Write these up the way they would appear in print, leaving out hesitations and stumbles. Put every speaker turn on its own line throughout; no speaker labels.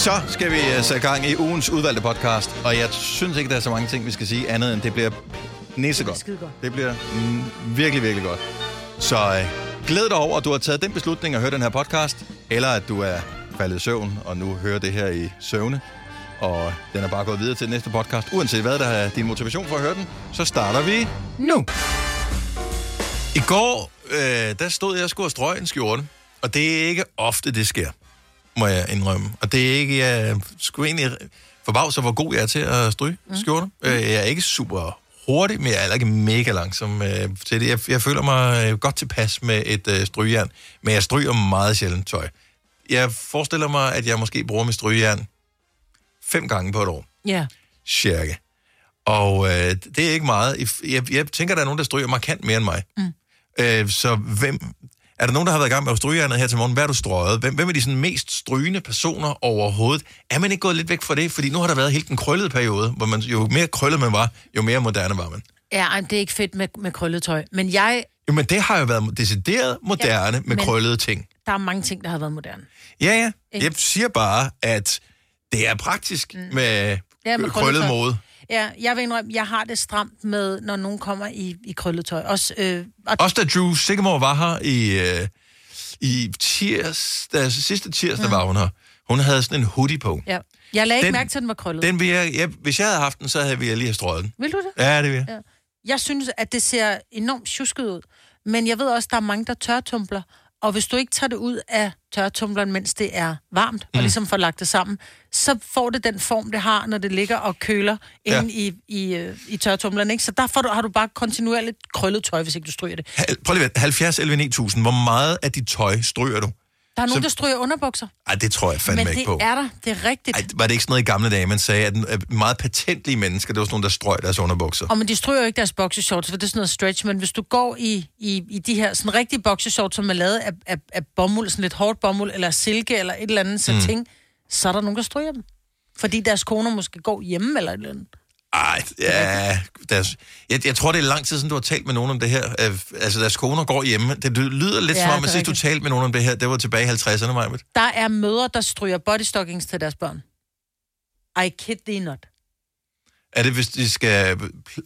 Så skal vi sætte gang i ugens udvalgte podcast, og jeg synes ikke, der er så mange ting, vi skal sige, andet end det bliver næsegodt. Det bliver virkelig, virkelig godt. Så glæd dig over, at du har taget den beslutning at høre den her podcast, eller at du er faldet i søvn, og nu hører det her i søvne, og den er bare gået videre til den næste podcast. Uanset hvad der er din motivation for at høre den, så starter vi nu. I går, der stod jeg og skulle strøge en skjorte, og det er ikke ofte, det sker, må jeg indrømme. Og det er ikke, jeg skulle egentlig forbavse, hvor god jeg er til at stryge skjorter. Jeg er ikke super hurtig, men jeg er heller ikke mega langsom til det. Jeg føler mig godt tilpas med et strygejern, men jeg stryger meget sjældent tøj. Jeg forestiller mig, at jeg måske bruger mit strygejern 5 gange på et år.
Ja.
Cirka. Og det er ikke meget. Jeg tænker, der er nogen, der stryger markant mere end mig. Så er der nogen, der har været i gang med at stryge her til morgen? Hvad er du strøget? Hvem er de sådan mest strygende personer overhovedet? Er man ikke gået lidt væk fra det? Fordi nu har der været helt en krøllet periode, hvor man jo mere krøllet man var, jo mere moderne var man.
Ja, det er ikke fedt med krøllet tøj. Men jeg...
Jo, men det har jo været decideret moderne med krøllede ting.
Der er mange ting, der har været moderne.
Ja. Jeg siger bare, at det er praktisk med krøllet mode.
Ja, jeg vil indrømme, jeg har det stramt med, når nogen kommer i krøllet tøj. Også
da Drew Sigamore var her i sidste tirsdag var hun her. Hun havde sådan en hoodie på.
Ja. Jeg lagde ikke mærke til, at den var krøllet.
Hvis jeg havde haft den, så havde vi lige strøget den.
Vil du det?
Ja, det vil jeg.
Ja. Jeg synes, at det ser enormt tjusket ud. Men jeg ved også, at der er mange, der tørretumbler. Og hvis du ikke tager det ud af tørretumbleren, mens det er varmt, og ligesom får lagt det sammen, så får det den form, det har, når det ligger og køler inde i tørretumbleren, ikke? Så derfor har du bare kontinuerligt krøllet tøj, hvis ikke du stryger det.
Prøv lige at 70 11 9000. Hvor meget af dit tøj stryger du?
Der er nogen, der stryger underbukser.
Ej, det tror jeg fandme ikke på.
Men det er der. Det er rigtigt.
Ej, var det ikke sådan noget i gamle dage, man sagde, at meget patentlige mennesker, det var sådan nogle, der strøg deres underbukser?
Men de stryger jo ikke deres boxershorts, for det er sådan noget stretch, men hvis du går i de her sådan rigtige boxershorts, som er lavet af bomuld, sådan lidt hårdt bomuld, eller silke, eller et eller andet satin, så er der nogen, der stryger dem. Fordi deres koner måske går hjemme, eller et eller andet.
Ej, ja, jeg tror, det er lang tid siden, du har talt med nogen om det her. Altså, deres koner går hjemme. Det lyder lidt som om, at sidst du talte med nogen om det her, det var tilbage i 50'erne, Majbet.
Der er mødre, der stryger bodystockings til deres børn. I kid thee not.
Er det, hvis de skal,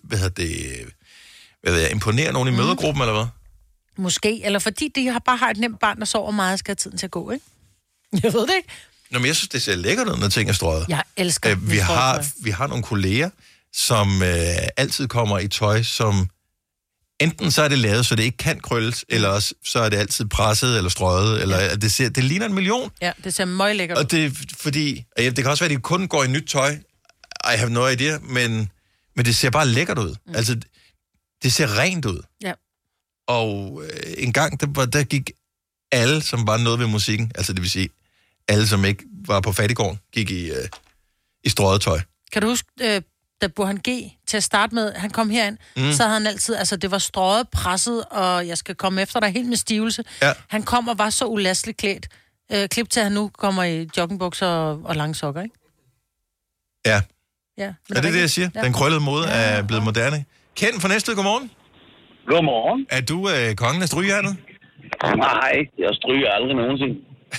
imponere nogen i mødergruppen, eller hvad?
Måske, eller fordi de bare har et nemt barn, der sover meget og skal have tiden til at gå, ikke? Jeg ved det ikke.
Nå, men jeg synes, det ser lækkert ud, når ting er strøget.
Jeg elsker
vi har nogle kolleger, som altid kommer i tøj, som enten så er det lavet, så det ikke kan krølles, eller også så er det altid presset eller strøget, eller det ligner en million.
Ja, det ser meget lækkert ud.
Og det er fordi, det kan også være, at de kun går i nyt tøj. I have no idea, men det ser bare lækkert ud. Altså, det ser rent ud.
Ja.
Og en gang, der gik alle, som var noget ved musikken, altså det vil sige, alle, som ikke var på fattiggården, gik i strøget tøj.
Kan du huske, da Burhan G. til at starte med, han kom herind, så havde han altid, altså det var strøget, presset, og jeg skal komme efter dig helt med stivelse. Ja. Han kom og var så ulasteligt klædt. Klip til, at han nu kommer i joggingbukser og lange sokker, ikke?
Ja.
Ja,
er det, jeg siger? Ja. Den krøllede mode er blevet moderne. Ken fra Næstved, godmorgen.
Godmorgen.
Er du kongen af strygejernet?
Nej, jeg stryger aldrig nogensinde.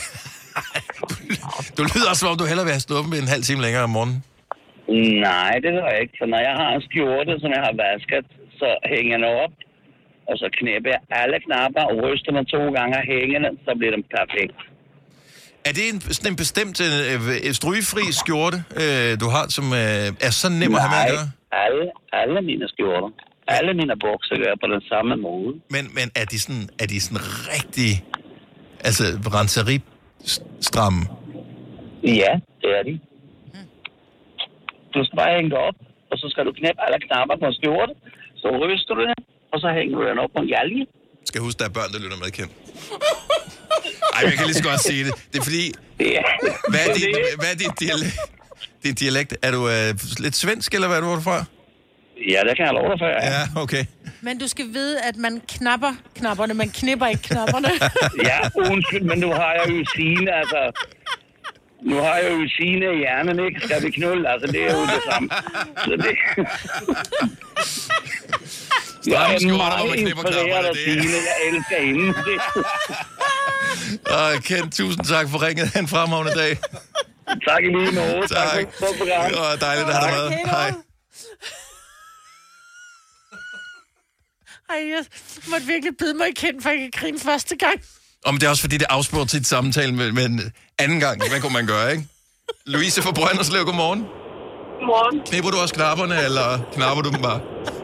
Du lyder også, som om du hellere vil have stået op en halv time længere om morgenen.
Nej, det gør jeg ikke. For når jeg har en skjorte, som jeg har vasket, så hænger den op, og så knæpper jeg alle knapper og ryster mig 2 gange og hænger den, så bliver den perfekt.
Er det sådan en bestemt strygefri skjorte, du har, som er så nem at have med at gøre?
Alle mine skjorter. Alle mine bukser gør på den samme måde.
Men er de sådan rigtig, altså renseri-stramme?
Ja, det er de. Du skal bare hænge det op, og så skal du knæppe alle knapper på en skjorte, så ryster du den, og så hænger du den op på en galge.
Skal huske, der er børn, der lytter med, Ken. Ej, jeg kan lige så godt sige det. Det er fordi...
Ja.
Hvad er din dialekt? Er du lidt svensk, eller hvad er du fra?
Ja, det kan jeg love dig for,
ja. Ja, okay.
Men du skal vide, at man knapper knapperne, man knipper ikke knapperne.
Ja, undskyld, men nu har jeg jo Signe, altså... Nu har jeg jo Signe i hjernen, ikke? Skal vi knulle? Altså, det er jo det samme. Så det... Jeg er meget inspireret af Signe. Jeg elsker hende.
Ken, tusind tak for ringet. En fremragende dag.
Tak i lige måde.
Tak. Det var dejligt at have dig med. Hej.
Ej, jeg måtte virkelig bide mig i kendt, for jeg kan grine første gang.
Det er også fordi, det afspurgte til et samtale, men anden gang, hvad kunne man gøre, ikke? Louise fra Brønderslev, godmorgen.
Godmorgen.
Knipper du også knapperne, eller knapper du dem bare?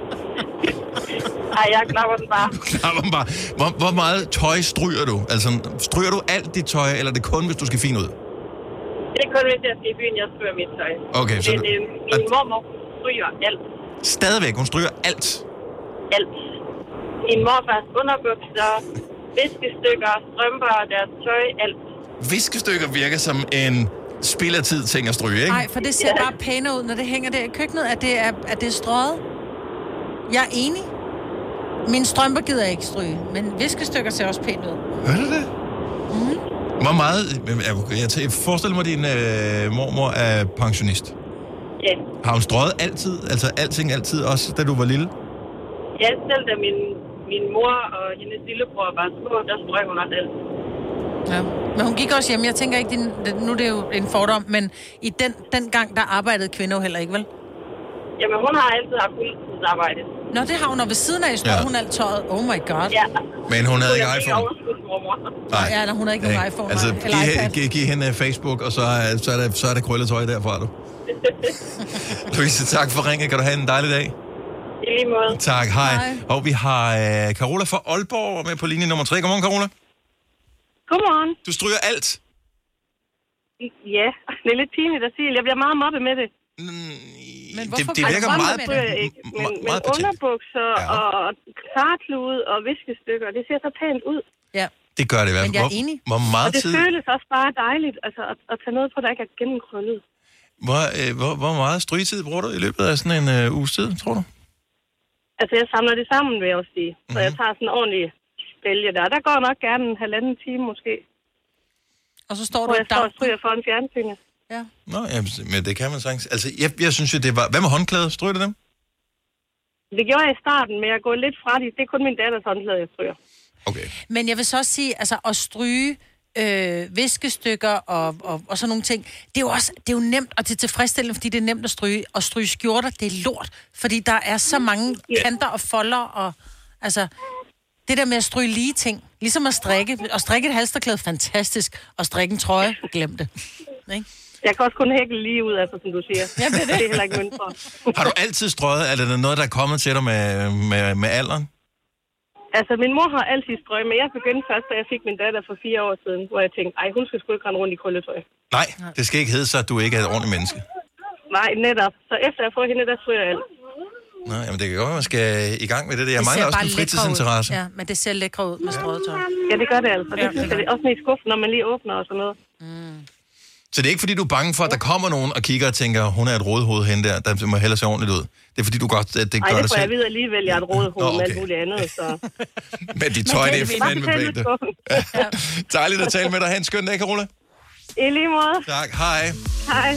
Nej, jeg knapper den bare.
Du knapper dem bare. Hvor meget tøj stryger du? Altså, stryger du alt dit tøj, eller er det kun, hvis du skal fint ud?
Det er kun, hvis jeg skal i byen, jeg stryger mit tøj.
Okay, så
min mormor stryger alt.
Stadigvæk, hun stryger alt?
Alt. Min morfars underbukser, viskestykker, strømper, deres tøj, alt.
Viskestykker virker som en spild af tid ting at stryge, ikke?
Nej, for det ser bare pænere ud, når det hænger der i køkkenet, at det er strøget. Jeg er enig. Mine strømper gider jeg ikke stryge, men viskestykker ser også pænt ud.
Hør du det? Mm. Hvor meget... Jeg forestiller mig, at din mormor er pensionist.
Ja.
Har hun strøget altid? Altså alting altid, også da du var lille?
Ja, selv da min mor og hendes lillebror var små, der strøg hun også alt.
Ja. Men hun gik også hjem. Jeg tænker ikke, nu er det jo en fordom, men i den gang, der arbejdede kvinder jo heller ikke, vel?
Jamen, hun har altid haft fuldtidsarbejde.
Nå, det har hun, og ved siden af strøg hun alt tøjet. Oh my god.
Ja.
Men hun havde ikke iPhone.
Nej. Ja, hun havde ikke nogen iPhone.
Altså, giv hende Facebook, og så er det krølletøj derfra, du. Louise, tak for ringen. Kan du have en dejlig dag?
I lige måde.
Tak, hej. Og vi har Carola fra Aalborg med på linje nummer 3. Godmorgen, Carola.
Godmorgen.
Du stryger alt?
Ja, det er lidt pinligt at sige. Jeg bliver meget mobbet med det.
Men hvorfor
det virker meget...
Men underbukser og klarklude og viskestykker, det ser så pænt ud.
Ja.
Det gør det i hvert fald.
Men jeg er enig.
Hvor meget
og det føles også bare dejligt, altså at tage noget på, der ikke er gennemkrøllet.
Hvor meget strygetid bruger du i løbet af sådan en uges tid, tror du?
Altså, jeg samler det sammen, vil jeg også sige. Så jeg tager sådan en ordentlig bælge der. Der går nok gerne en 1,5 time måske.
Og så står du
og jeg står og stryger for en fjernsynet.
Ja.
Nå, jamen, men det kan man sagtens. Altså, jeg synes jo, det var... Hvad med håndklæder? Stryger du dem?
Det gjorde jeg i starten, men jeg går lidt fra det. Det er kun min datters håndklæder, jeg stryger.
Okay.
Men jeg vil så også sige, altså at stryge viskestykker og sådan nogle ting, det er jo nemt, og det er tilfredsstillende, fordi det er nemt at stryge. Og stryge skjorter, det er lort, fordi der er så mange kanter og folder, og altså... Det der med at stryge lige ting, ligesom at strikke. Og strikke et halsterklæde, fantastisk. Og strikke en trøje, glem det. Ikke?
Jeg kan også kun hækle lige ud, altså, som du siger.
Ja, det
er heller ikke mønstre.
Har du altid strøget? Er det noget, der er kommet til dig med alderen?
Altså, min mor har altid strøget, men jeg begyndte først, da jeg fik min datter for 4 år siden, hvor jeg tænkte, hun skal sgu ikke rende rundt i krølletøj.
Nej, det skal ikke hedde så, at du ikke er et ordentligt menneske.
Nej, netop. Så efter jeg får hende, der stryger jeg alt.
Nå, jamen det kan godt være, man skal i gang med det. Jeg mangler også en fritidsinteresse.
Ja, men det ser lækre ud med strøget tøj.
Ja, det gør det altså. Det synes jeg også ned i skuffen, når man lige åbner og sådan noget.
Så det er ikke, fordi du er bange for, at der kommer nogen og kigger og tænker, hun er et rådehoved hende der må hellere se ordentligt ud. Det er, fordi du godt... Det gør
det får jeg videre alligevel, jeg er et rådehoved med alt muligt andet, så...
Men dit tøj, det er fandme pænt. Dejligt at tale med dig. Ha' en skøn dag, Carola.
I lige måde.
Tak. Hej.
Hej.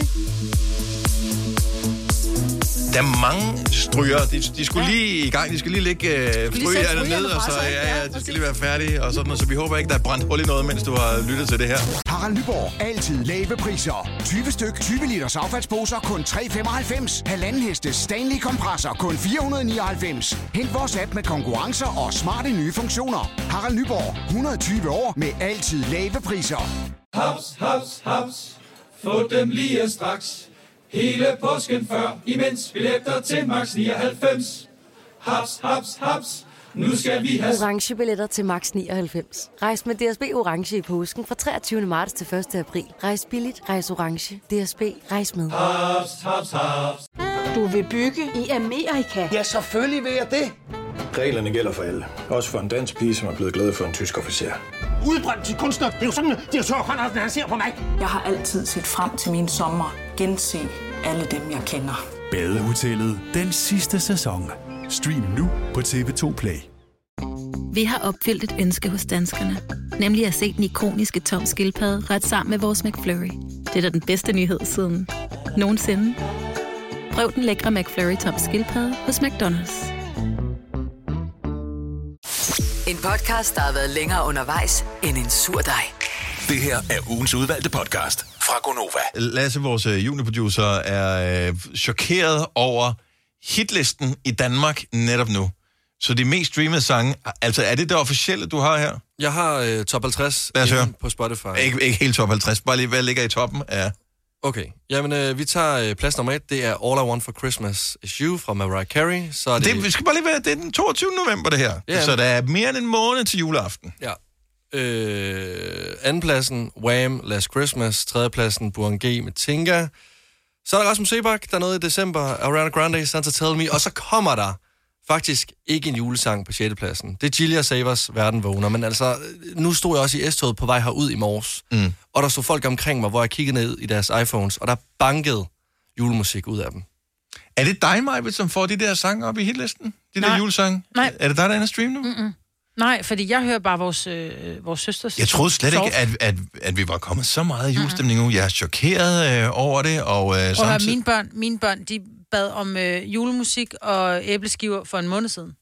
Der er mange stryger. De skulle lige i gang. De skal lige lægge strygerne ned, og så de skal lige være færdige. Og sådan, så vi håber ikke, der er brændt hul i noget, mens du har lyttet til det her.
Harald Nyborg. Altid lave priser. 20 styk, 20 liters affaldsposer kun 3,95. Halvanden heste Stanley kompresser kun 499. Hent vores app med konkurrencer og smarte nye funktioner. Harald Nyborg. 120 år med altid lave priser.
Haps, haps, haps. Få dem lige straks. Hele påsken før, imens billetter til max 99. Haps, haps, haps. Nu skal vi have
orange billetter til max 99. Rejs med DSB orange i påsken fra 23. marts til 1. april. Rejs billigt, rejs orange. DSB, rejs med.
Haps, haps, haps.
Du vil bygge i Amerika?
Ja, selvfølgelig vil jeg det.
Reglerne gælder for alle. Også for en dansk pige, som er blevet glad for en tysk officer.
Udbrændt til kunstner. Det er jo sådan, at de har han ser på mig.
Jeg har altid set frem til min sommer. Gense alle dem, jeg kender.
Badehotellet den sidste sæson. Stream nu på TV2 Play.
Vi har opfyldt et ønske hos danskerne. Nemlig at se den ikoniske Tom Skildpadde ret sammen med vores McFlurry. Det er da den bedste nyhed siden nogensinde. Prøv den lækre McFlurry Tom Skildpadde hos McDonald's.
En podcast, der har været længere undervejs end en sur dej.
Det her er ugens udvalgte podcast
fra Gonova.
Lasse, vores juniorproducer, er chokeret over hitlisten i Danmark netop nu. Så de mest streamede sange, altså er det officielle, du har her?
Jeg har top 50 på Spotify.
Ikke helt top 50, bare lige hvad ligger i toppen af...
Okay, jamen vi tager plads nummer 1, det er All I Want for Christmas Is You fra Mariah Carey. Så er det...
Vi skal bare lige være, det er den 22. november det her, så der er mere end en måned til juleaften.
Ja. Andenpladsen, Wham! Last Christmas. Tredjepladsen, Burhan G. med Tinga. Så er der Rasmus Sebak, der er noget i december, Ariana Grande, Santa Tell Me, og så kommer der faktisk ikke en julesang på 6. pladsen. Det er Gilia Savers, Verden vågner, men altså, nu stod jeg også i S-toget på vej herud i morges, og der stod folk omkring mig, hvor jeg kiggede ned i deres iPhones, og der bankede julemusik ud af dem.
Er det dig, Majbet, som får de der sange op i hitlisten? Der julesange?
Nej.
Er det dig, der er inde at streame nu?
Mm-mm. Nej, fordi jeg hører bare vores søsters...
Jeg troede slet ikke, at vi var kommet så meget julestemning nu. Jeg er chokeret over det, og samtidig...
Mine børn, de bad om julemusik og æbleskiver for en måned siden.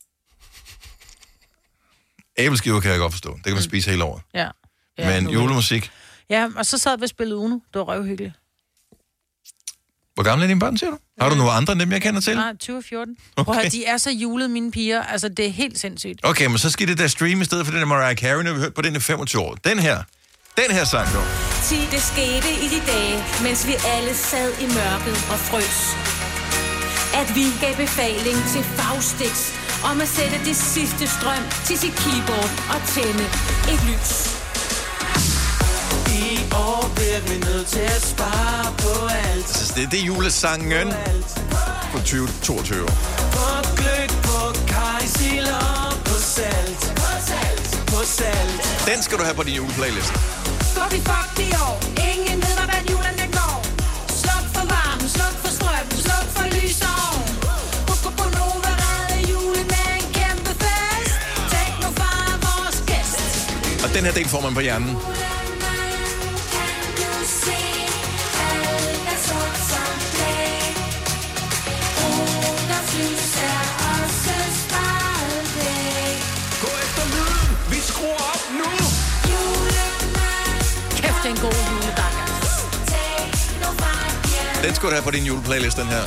Æbleskiver kan jeg godt forstå. Det kan man spise hele året.
Ja.
Men julemusik...
Ja, og så sad vi og spillede Uno. Det var røvhyggeligt.
Hvor gamle er dine børn, siger du? Har du nogle andre end dem, jeg kender til?
Nej, 20 og 14.
Okay.
Prøv at de er så julede, mine piger. Altså, det er helt sindssygt.
Okay, men så skal det der streame i stedet for den der Mariah Carey, når vi hørte på den i 25 år. Den her sang, du.
Det skete i de dage, mens vi alle sad i mørket og frøs. At vi gav befaling til Faustix om at sætte det sidste strøm til sit keyboard og tænde et lys.
I år bliver vi nødt til at spare på alt.
Altså, det er julesangen på 2022.
På gløgg, på kajsild og på salt. På salt.
Den skal du have på din juleplaylist.
Går vi fucked i år. Ingen ved, hvordan julen den går. Sluk for varmen, sluk for strøm, sluk for lys og ovn. Husk på Nova, redde julen med en kæmpe fest. Teknofar er vores gæst.
Og den her del får man på hjernen.
En god juledag.
Den skal du have på din juleplaylist, den her.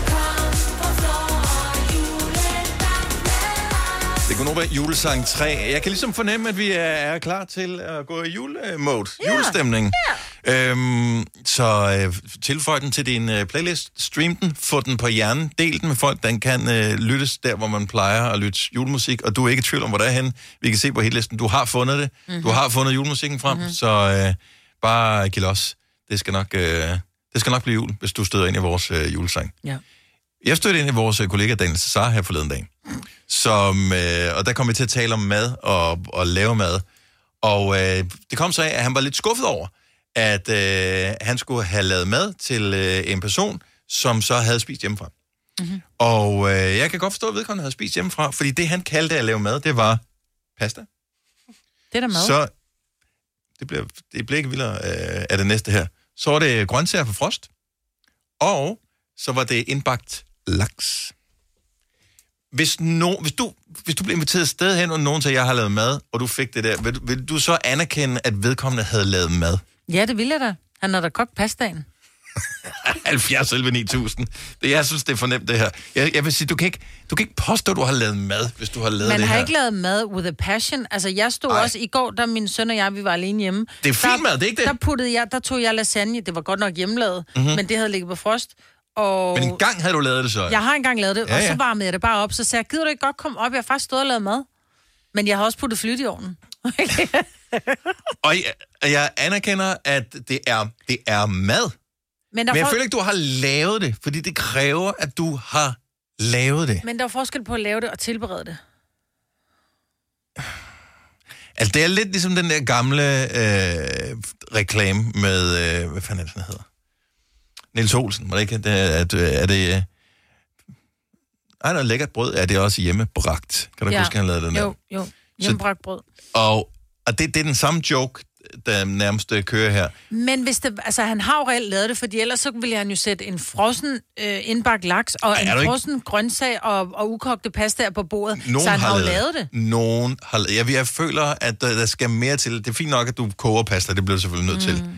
Det kunne nu være julesang 3. Jeg kan ligesom fornemme, at vi er klar til at gå i julemode. Julestemning. Så tilføj den til din playlist. Stream den. Få den på hjernen. Del den med folk. Den kan lyttes der, hvor man plejer at lytte julemusik. Og du er ikke i tvivl om, hvor det er henne. Vi kan se på hitlisten. Du har fundet det. Du har fundet julemusikken frem. Så bare giv los. Det skal nok blive jul, hvis du støder ind i vores julesang.
Ja.
Jeg stødte ind i vores kollega Daniel Cesar her forleden dag. Og der kom vi til at tale om mad og lave mad. Og det kom så af, at han var lidt skuffet over, at han skulle have lavet mad til en person, som så havde spist hjemmefra. Mm-hmm. Og jeg kan godt forstå, at vedkommende havde spist hjemmefra, fordi det, han kaldte at lave mad, det var pasta.
Det er der mad.
Så det bliver ikke vildere af det næste her. Så var det grøntsager på frost, og så var det indbagt laks. Hvis du blev inviteret et sted hen, og nogen sagde, jeg har lavet mad, og du fik det der, vil du så anerkende, at vedkommende havde lavet mad?
Ja, det ville jeg da. Han har da kogt pastaen.
70 11 9000. Jeg synes, det er fornemt, det her. Jeg vil sige, du kan ikke påstå, at du har lavet mad, hvis du har lavet det her.
Man har ikke lavet mad with a passion. Altså, jeg stod også i går, da min søn og jeg, vi var alene hjemme.
Det er fint mad, det er ikke det?
Der tog jeg lasagne. Det var godt nok hjemmelavet, men det havde ligget på frost. Og
men en gang havde du lavet det så?
Jeg har engang lavet det, og så varmede jeg det bare op. Så sagde jeg, gider du ikke godt komme op? Jeg har faktisk stået og lavet mad. Men jeg har også puttet flyt i ovnen.
Og jeg anerkender, at det er mad. Men jeg føler ikke, du har lavet det, fordi det kræver, at du har lavet det.
Men der er forskel på at lave det og tilberede det.
Altså, det er lidt ligesom den der gamle reklame med, hvad fanden er det, den hedder? Niels Olsen, var det ikke? Er det noget lækkert brød? Er det også hjemmebragt? Kan du huske, han lavede den der?
Jo. Hjemmebragt brød.
Og det er den samme joke, der nærmest kører her.
Men hvis det, altså han har jo reelt lavet det, fordi ellers så ville han jo sætte en frossen indbagt laks og en frossen grøntsag og ukogte pasta på bordet. Så han har jo lavet det.
Jeg føler, at der skal mere til. Det er fint nok, at du koger pasta, det bliver du selvfølgelig nødt til.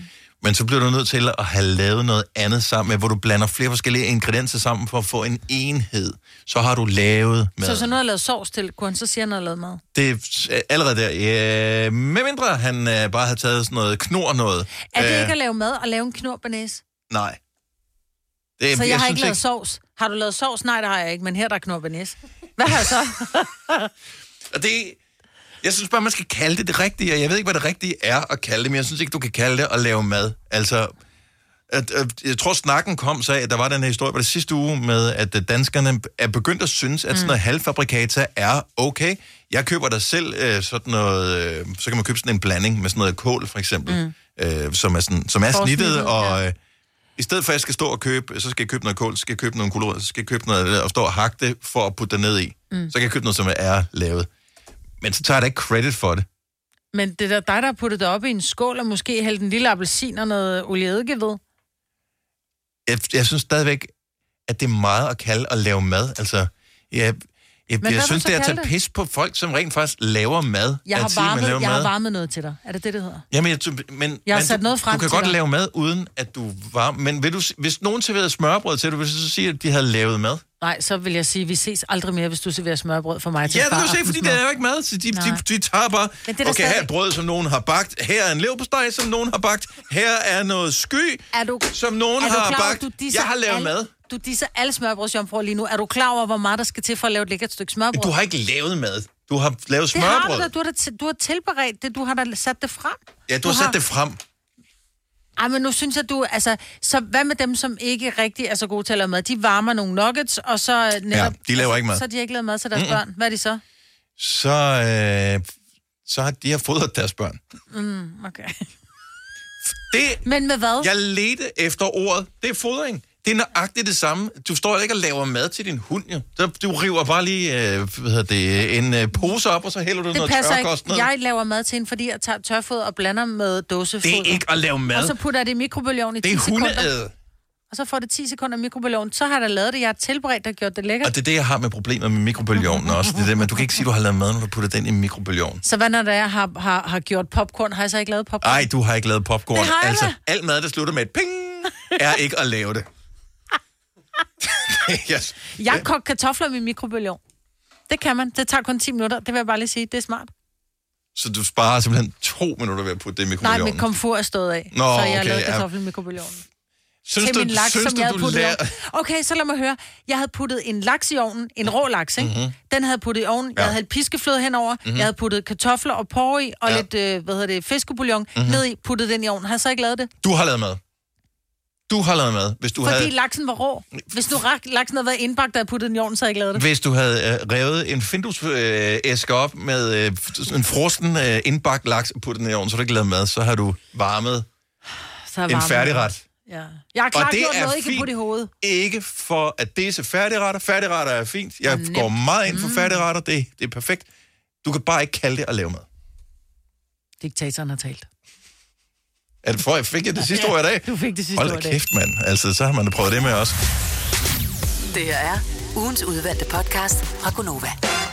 Men så bliver du nødt til at have lavet noget andet sammen med, hvor du blander flere forskellige ingredienser sammen for at få en enhed. Så har du lavet mad.
Så nu har jeg lavet sovs til, kunne han så sige, at han har lavet mad?
Det er allerede der. Med mindre han bare har taget sådan noget knor noget.
Er det ikke at lave mad og lave en knor bearnaise?
Nej.
Så jeg har ikke lavet sovs. Har du lavet sovs? Nej, det har jeg ikke, men her der er knor bearnaise. Hvad har jeg så?
Og jeg synes bare, man skal kalde det rigtige, og jeg ved ikke, hvad det rigtige er at kalde det, men jeg synes ikke, du kan kalde det at lave mad. Altså, jeg tror, snakken kom så af, at der var den her historie, var det sidste uge, med at danskerne er begyndt at synes, at sådan noget halvfabrikata er okay. Jeg køber der selv sådan noget, så kan man købe sådan en blanding med sådan noget kål, for eksempel, som er snittet, og i stedet for, at jeg skal stå og købe, så skal jeg købe noget kål, så skal jeg købe nogle gulerødder, så skal jeg købe noget, og stå og hakke det for at putte det ned i. Så kan jeg købe noget, som er lavet. Men så tager jeg da ikke credit for det.
Men det er dig, der har puttet det op i en skål, og måske hældt en lille appelsin og noget olieeddike ved.
Jeg synes stadigvæk, at det er meget at kalde at lave mad. Altså, jeg synes, det er at tage pis på folk, som rent faktisk laver mad.
Jeg har varmet noget til dig. Er det det hedder?
Jamen,
jeg har sat noget frem
du kan godt lave mad, uden at du varmer. Men hvis nogen serverede smørbrød til dig, vil du så sige, at de havde lavet mad?
Nej, så vil jeg sige, at vi ses aldrig mere, hvis du serverer smørbrød for mig til
far. Ja, det vil se, fordi det er jo ikke mad. Så de tager bare, okay, her er et brød, som nogen har bagt. Her er en leverpostej, som nogen har bagt. Her er noget sky, som nogen har bagt. Jeg har lavet mad.
Du disser alle smørbrødsjomfruer lige nu. Er du klar over, hvor meget der skal til for at lave et lækkert stykke smørbrød?
Du har ikke lavet mad. Du har lavet smørbrød.
Det har du. Du har tilberedt det. Du har da sat det frem.
Ja, du har sat det frem.
Ej, men nu synes jeg, så hvad med dem, som ikke rigtig er så gode til at lave mad? De varmer nogle nuggets, og så netop...
Ja, de laver ikke mad.
Så har de ikke lavet mad til deres børn. Hvad er de så?
Så har de fodret deres børn.
Okay.
Men
med hvad?
Jeg ledte efter ordet. Det er fodring. Det er nøjagtigt det samme. Du står ikke og laver mad til din hund, jo. Du river bare lige en pose op, og så hælder du noget tørkost ned.
Jeg laver mad til hende, fordi jeg tager tørfoder og blander med dåsefoder.
Det er ikke at lave mad.
Og så putter jeg det i mikrobølgeovnen i 10 sekunder. Det er hundeæd. Og så får det 10 sekunder i mikrobølgeovnen. Så har jeg lavet det. Jeg har tilberedt og gjort det lækkert.
Og det er det, jeg har med problemer med mikrobølgeovnen også. Det er det, men du kan ikke sige, du har lavet mad, når du putter den i mikrobølgeovnen.
Så hvad når jeg har gjort popcorn? Har jeg så ikke lavet popcorn?
Nej, du har ikke lavet popcorn.
Det har jeg
alt mad, der slutter med et ping, er ikke at lave det.
Yes. Jeg koger kartofler i min mikrobølgeovn. Det kan man. Det tager kun 10 minutter. Det vil jeg bare lige sige. Det er smart.
Så du sparer simpelthen 2 minutter ved at putte det i mikrobølgeovnen?
Nej, mit komfur er stået af.
Nå,
så jeg har lavet kartofler i mikrobølgeovnen.
Synes
til
du,
min laks,
synes
som
du,
jeg havde puttet
lærer...
Okay, så lad mig høre. Jeg havde puttet en laks i ovnen. En rå laks, ikke? Mm-hmm. Den havde jeg puttet i ovnen. Jeg havde hældt piskefløde henover. Mm-hmm. Jeg havde puttet kartofler og porre i, og lidt fiskebouillon ned i. Puttet den i ovnen. Har jeg så ikke lavet det?
Du har lavet mad. Du har lavet mad. Hvis du
fordi laksen var rå. Hvis nu laksen havde været indbagt, da jeg puttede den i ovnen, så havde jeg ikke lavet det.
Hvis du havde revet en Findus-æske op med en frosten indbagt laks og puttet den i ovnen, så har du ikke lavet mad, så har du varmet en færdigret.
Ja. Jeg har klart gjort noget, ikke putte i hovedet.
Ikke for at det er færdigretter. Færdigretter er fint. Jeg går meget ind for færdigretter. Det er perfekt. Du kan bare ikke kalde det at lave mad.
Diktatoren har talt.
Fik jeg det sidste ord i dag?
Du fik det sidste ord i dag.
Hold da kæft, mand. Altså, så har man da prøvet det med også.
Det her er ugens udvalgte podcast fra Gonova.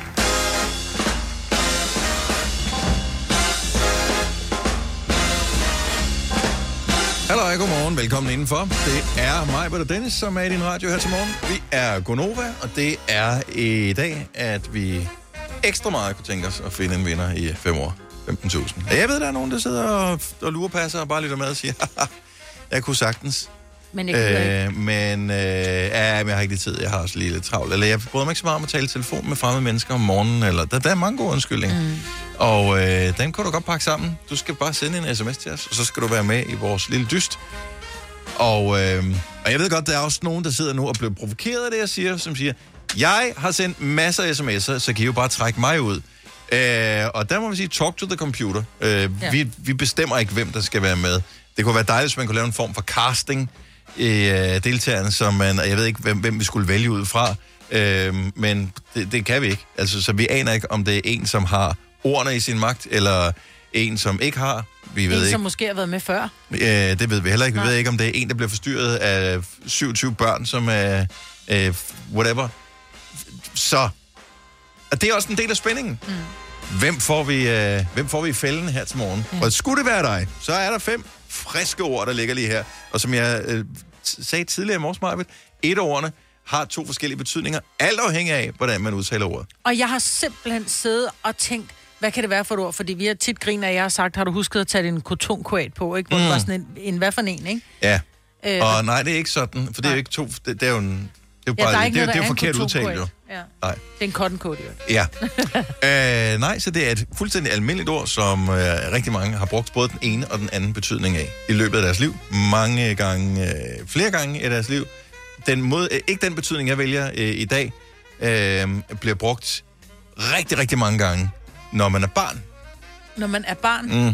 Hallo, godmorgen. Velkommen indenfor. Det er mig, Britta Dennis, som er i din radio her til morgen. Vi er Gonova, og det er i dag, at vi ekstra meget kunne tænke os at finde en vinder i 5 år. 15.000. Jeg ved, der er nogen, der sidder og lurepasser og bare lytter med og siger, jeg kunne sagtens.
Men jeg kunne ikke.
Men jeg har ikke lige tid. Jeg har også lige lidt travlt. Eller jeg bryder mig ikke så meget om at tale telefon med fremmede mennesker om morgenen. Eller der er mange gode undskyldninger. Og den kan du godt pakke sammen. Du skal bare sende en sms til os, og så skal du være med i vores lille dyst. Og jeg ved godt, der er også nogen, der sidder nu og bliver provokeret af det, jeg siger, som siger, jeg har sendt masser af sms'er, så kan I jo bare trække mig ud. Og der må vi sige, talk to the computer. Vi bestemmer ikke, hvem der skal være med. Det kunne være dejligt, hvis man kunne lave en form for casting i deltagerne, som man, jeg ved ikke, hvem vi skulle vælge ud fra, men det kan vi ikke. Altså, så vi aner ikke, om det er en, som har ordene i sin magt, eller en, som ikke har. Vi ved
en,
ikke.
Som måske har været med før.
Det ved vi heller ikke. Vi ved ikke, om det er en, der bliver forstyrret af 27 børn, som er whatever. Så... Og det er også en del af spændingen. Hvem får vi i fælden her til morgen? Ja. Og skulle det være dig, så er der 5 friske ord, der ligger lige her. Og som jeg sagde tidligere i morges, Marvitt, et af ordene har 2 forskellige betydninger, alt afhængig af, hvordan man udtaler ordet.
Og jeg har simpelthen siddet og tænkt, hvad kan det være for et ord? Fordi vi har tit griner, at jeg har sagt, har du husket at tage din kotonkoat på, ikke? Hvor det var sådan en hvad for en, ikke?
Ja. Og nej, det er ikke sådan, for det er jo ikke 2... Det er jo en... Det er jo bare, det er jo forkert udtalt, jo.
Ja.
Nej.
Det er en cotton coat, jo.
Ja. Nej, så det er et fuldstændig almindeligt ord, som rigtig mange har brugt både den ene og den anden betydning af i løbet af deres liv. Mange gange, flere gange i deres liv. Ikke den betydning, jeg vælger i dag, bliver brugt rigtig, rigtig mange gange, når man er barn.
Når man er barn?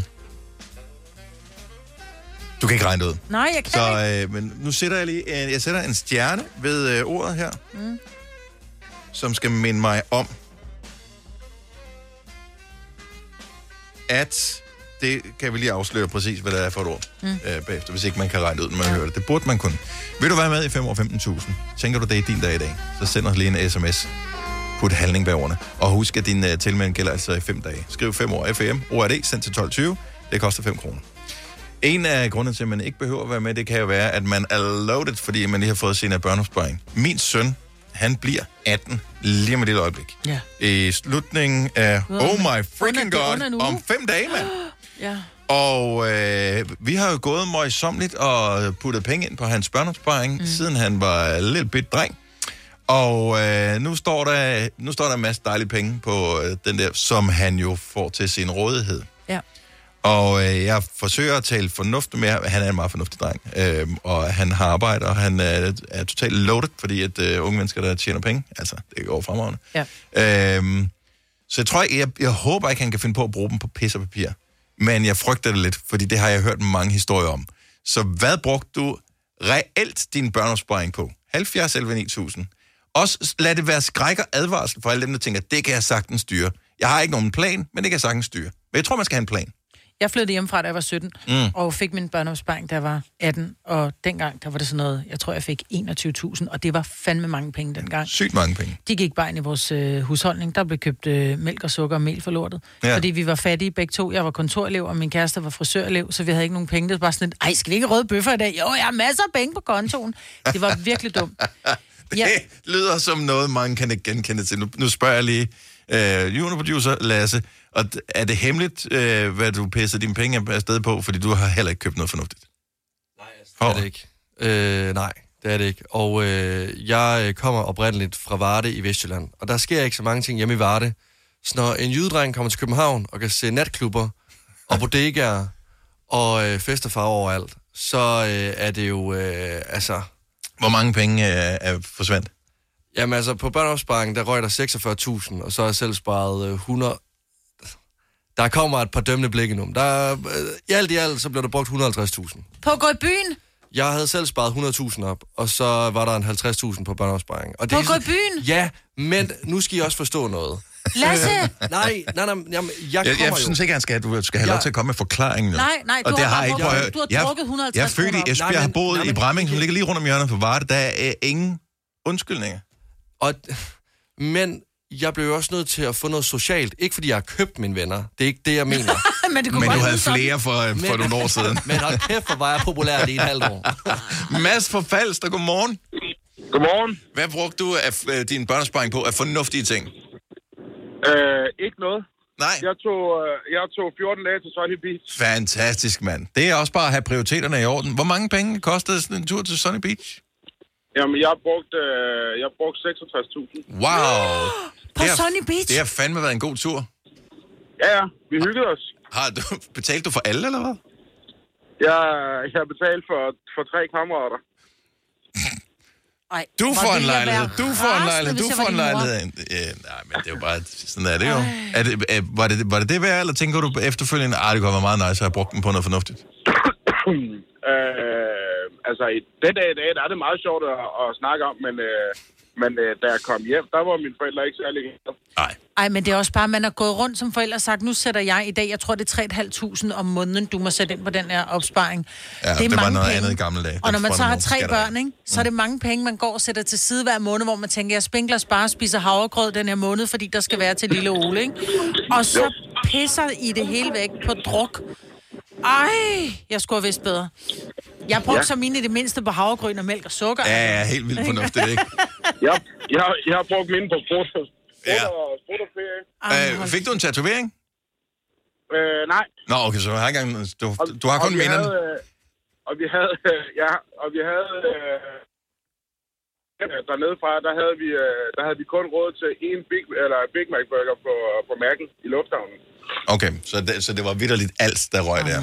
Du kan ikke regne det ud.
Nej, jeg kan ikke.
Men nu sætter jeg sætter en stjerne ved ordet her, som skal minde mig om, at det kan vi lige afsløre præcis, hvad det er for et ord bagefter, hvis ikke man kan regne ud, når man hører det. Det burde man kunne. Vil du være med i 5 år 15.000? Tænker du, det er din dag i dag? Så send os lige en sms. Put handling bag ordene. Og husk, at din tilmelding gælder altså i 5 dage. Skriv 5 år FM, ORD, send til 12.20. Det koster 5 kroner. En af grundene til, at man ikke behøver at være med, det kan jo være, at man er loaded, fordi man lige har fået sin børneopsparing. Min søn, han bliver 18 lige om et lille øjeblik.
Ja.
I slutningen af, oh my freaking god, om 5 dage, mand.
Ja.
Og vi har jo gået møjsommeligt og puttet penge ind på hans børneopsparing, siden han var en lille bit dreng. Og nu står der en masse dejlige penge på den der, som han jo får til sin rådighed.
Ja.
Og jeg forsøger at tale fornuftigt med ham. Han er en meget fornuftig dreng, og han har arbejde, og han er totalt loaded, fordi at unge mennesker, der tjener penge, altså, det går fremragende.
Ja.
Så jeg tror, jeg håber ikke, han kan finde på at bruge dem på pis og papir. Men jeg frygter det lidt, fordi det har jeg hørt mange historier om. Så hvad brugte du reelt din børneopsparing på? 70 11 9000. Også lad det være skræk og advarsel for alle dem, der tænker, det kan jeg sagtens styre. Jeg har ikke nogen plan, men det kan jeg sagtens styre. Men jeg tror, man skal have en plan.
Jeg flyttede hjemmefra, da jeg var 17, og fik min børneopsparing, da jeg var 18. Og dengang, der var det sådan noget, jeg tror, jeg fik 21.000, og det var fandme mange penge dengang.
Sygt mange penge.
De gik bare ind i vores husholdning. Der blev købt mælk og sukker og mel for lortet. Ja. Fordi vi var fattige begge to. Jeg var kontorelev, og min kæreste var frisørelev, så vi havde ikke nogen penge. Det var bare sådan et, ej, skal vi ikke røde bøffer i dag? Jo, jeg har masser af penge på kontoen. Det var virkelig dumt.
Det lyder som noget, mange kan ikke genkende til. Nu spørger jeg lige juniorproducer Lasse, og er det hemmeligt, hvad du pisser dine penge afsted på, fordi du har heller ikke købt noget fornuftigt?
Nej, det er det ikke. Nej, det er det ikke. Og jeg kommer oprindeligt fra Varde i Vestjylland, og der sker ikke så mange ting hjemme i Varde. Så når en jydedreng kommer til København og kan se natklubber og bodegaer og festfarver overalt, så er det jo, altså...
Hvor mange penge er forsvandt?
Jamen altså, på børneopsparingen, der røg der 46.000, og så har jeg selv sparet 100... Der kommer et par dømmende blikke nu. I alt, så blev der brugt 150.000.
På at gå i byen?
Jeg havde selv sparet 100.000 op, og så var der en 50.000 på børneopsparingen. Og
på at gå i byen?
Ja, men nu skal I også forstå noget.
Lasse!
Nej, jamen,
jeg synes ikke, at du skal have lov til at komme med forklaringen.
Nej, du har drukket 150
Jeg er født i Esbjerg, jeg har boet i Bramming, som ligger lige rundt om hjørnet på Varde. Der er ingen undskyldninger.
Men jeg blev også nødt til at få noget socialt. Ikke fordi jeg har købt mine venner. Det er ikke det, jeg mener.
men
du havde flere for nogle år siden.
Men hold kæft, hvor var jeg populær i et halvt år.
Mads fra Falster, godmorgen.
Godmorgen.
Hvad brugte du af din børnesparing på af fornuftige ting?
Ikke noget.
Nej.
Jeg tog 14 dage til Sunny Beach.
Fantastisk, mand. Det er også bare at have prioriteterne i orden. Hvor mange penge kostede sådan en tur til Sunny Beach?
Jamen, jeg brugte 66.000.
Wow!
På Sunny Beach?
Det har fandme været en god tur.
Ja, vi hyggede os.
Betalte du for alle, eller hvad?
Jeg har betalt for 3 kammerater.
Du får en lejlighed. Du får en lejlighed. Nej, men det er jo bare... Sådan er det jo. Var det værd, eller tænker du efterfølgende, det kunne være meget nice at have brugt den på noget fornuftigt?
altså, i den dag i dag, der er det meget sjovt at snakke om, men da jeg kom hjem, der var mine forældre ikke særlig glade.
Ej, men det er også bare, man har gået rundt som forældre og sagt, nu sætter jeg i dag, jeg tror, det er 3.500 om måneden, du må sætte ind på den her opsparing.
Ja, det var noget andet i gamle dage.
Og når man så har 3 børn, ikke, så er det mange penge, man går og sætter til side hver måned, hvor man tænker, jeg spinkler, sparer, spiser havregrød den her måned, fordi der skal være til lille Ole, ikke? Og så pisser I det hele væk på druk. Ej, jeg skulle have vidst bedre. Jeg brugte så mine i det mindste på havregryn og mælk og sukker.
Ja, helt vildt fornuftigt, ikke?
Jeg har brugt mine på sprut.
Fik du en tatovering?
Nej.
Nå, okay, så har ikke du har kun minderne.
Og vi havde dernede fra, der havde vi kun råd til en Big Mac burger på Mac'en i lufthavnen.
Okay, så det var vitterligt alt, der røg der.